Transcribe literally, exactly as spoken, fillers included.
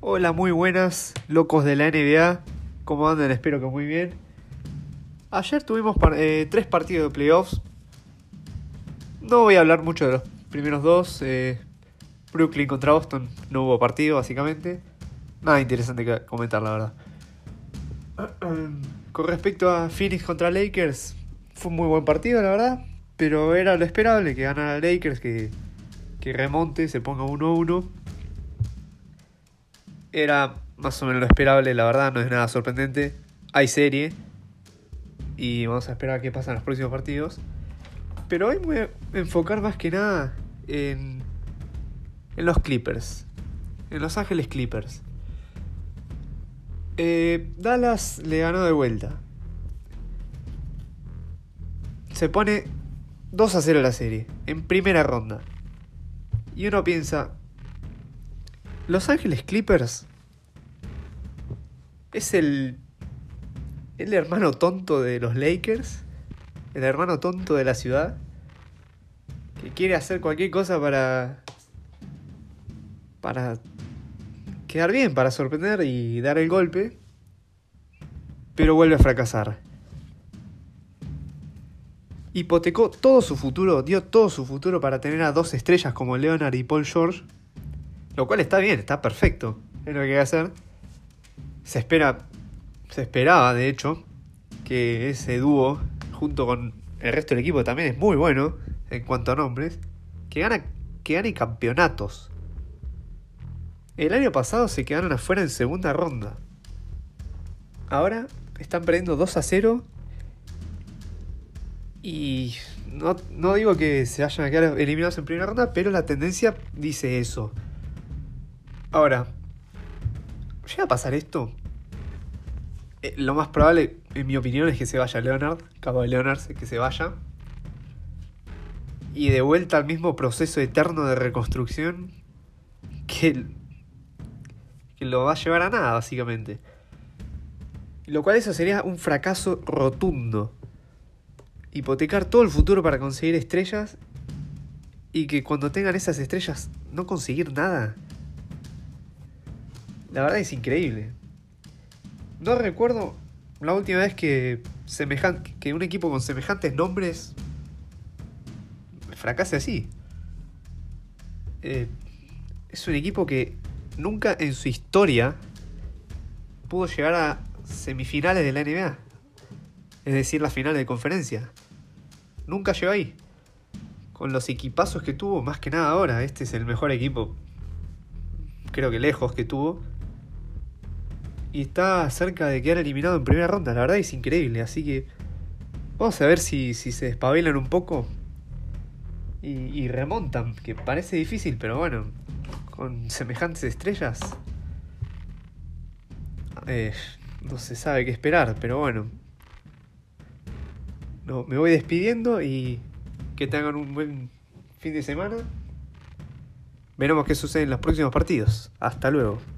Hola, muy buenas, locos de la N B A. ¿Cómo andan? Espero que muy bien. Ayer tuvimos par- eh, tres partidos de playoffs. No voy a hablar mucho de los primeros dos. eh, Brooklyn contra Boston no hubo partido, básicamente. Nada interesante que comentar, la verdad. Con respecto a Phoenix contra Lakers, fue un muy buen partido, la verdad. Pero era lo esperable, que ganara Lakers, que, que remonte, se ponga uno a uno. Era más o menos lo esperable, la verdad, no es nada sorprendente. Hay serie y vamos a esperar a qué pasa en los próximos partidos. Pero hoy me voy a enfocar más que nada en, en los Clippers, en Los Ángeles Clippers. Eh, Dallas le ganó de vuelta. Se pone dos a cero la serie, en primera ronda. Y uno piensa, Los Ángeles Clippers es el, el hermano tonto de los Lakers, el hermano tonto de la ciudad, que quiere hacer cualquier cosa para para quedar bien, para sorprender y dar el golpe, pero vuelve a fracasar. Hipotecó todo su futuro, dio todo su futuro para tener a dos estrellas como Leonard y Paul George, lo cual está bien, está perfecto, es lo que hay que hacer. Se espera, se esperaba de hecho que ese dúo, junto con el resto del equipo, también es muy bueno en cuanto a nombres, que gana, que gane campeonatos. El año pasado se quedaron afuera en segunda ronda. Ahora están perdiendo dos a cero. Y no, no digo que se vayan a quedar eliminados en primera ronda, pero la tendencia dice eso. Ahora, ¿llega a pasar esto? Eh, lo más probable, en mi opinión, es que se vaya Leonard. Cabo de Leonard, que se vaya. Y de vuelta al mismo proceso eterno de reconstrucción que, que lo va a llevar a nada, básicamente. Lo cual eso sería un fracaso rotundo. Hipotecar todo el futuro para conseguir estrellas y que cuando tengan esas estrellas no conseguir nada. La verdad es increíble. No recuerdo la última vez que, semejan- que un equipo con semejantes nombres fracase así. Eh, es un equipo que nunca en su historia pudo llegar a semifinales de la N B A. Es decir, la final de conferencia. Nunca llegó ahí. Con los equipazos que tuvo, más que nada ahora. Este es el mejor equipo, creo que lejos, que tuvo. Y está cerca de quedar eliminado en primera ronda. La verdad es increíble. Así que vamos a ver si, si se despabilan un poco y, y remontan. Que parece difícil, pero bueno, con semejantes estrellas eh, no se sabe qué esperar. Pero bueno, no, me voy despidiendo y que tengan un buen fin de semana. Veremos qué sucede en los próximos partidos. Hasta luego.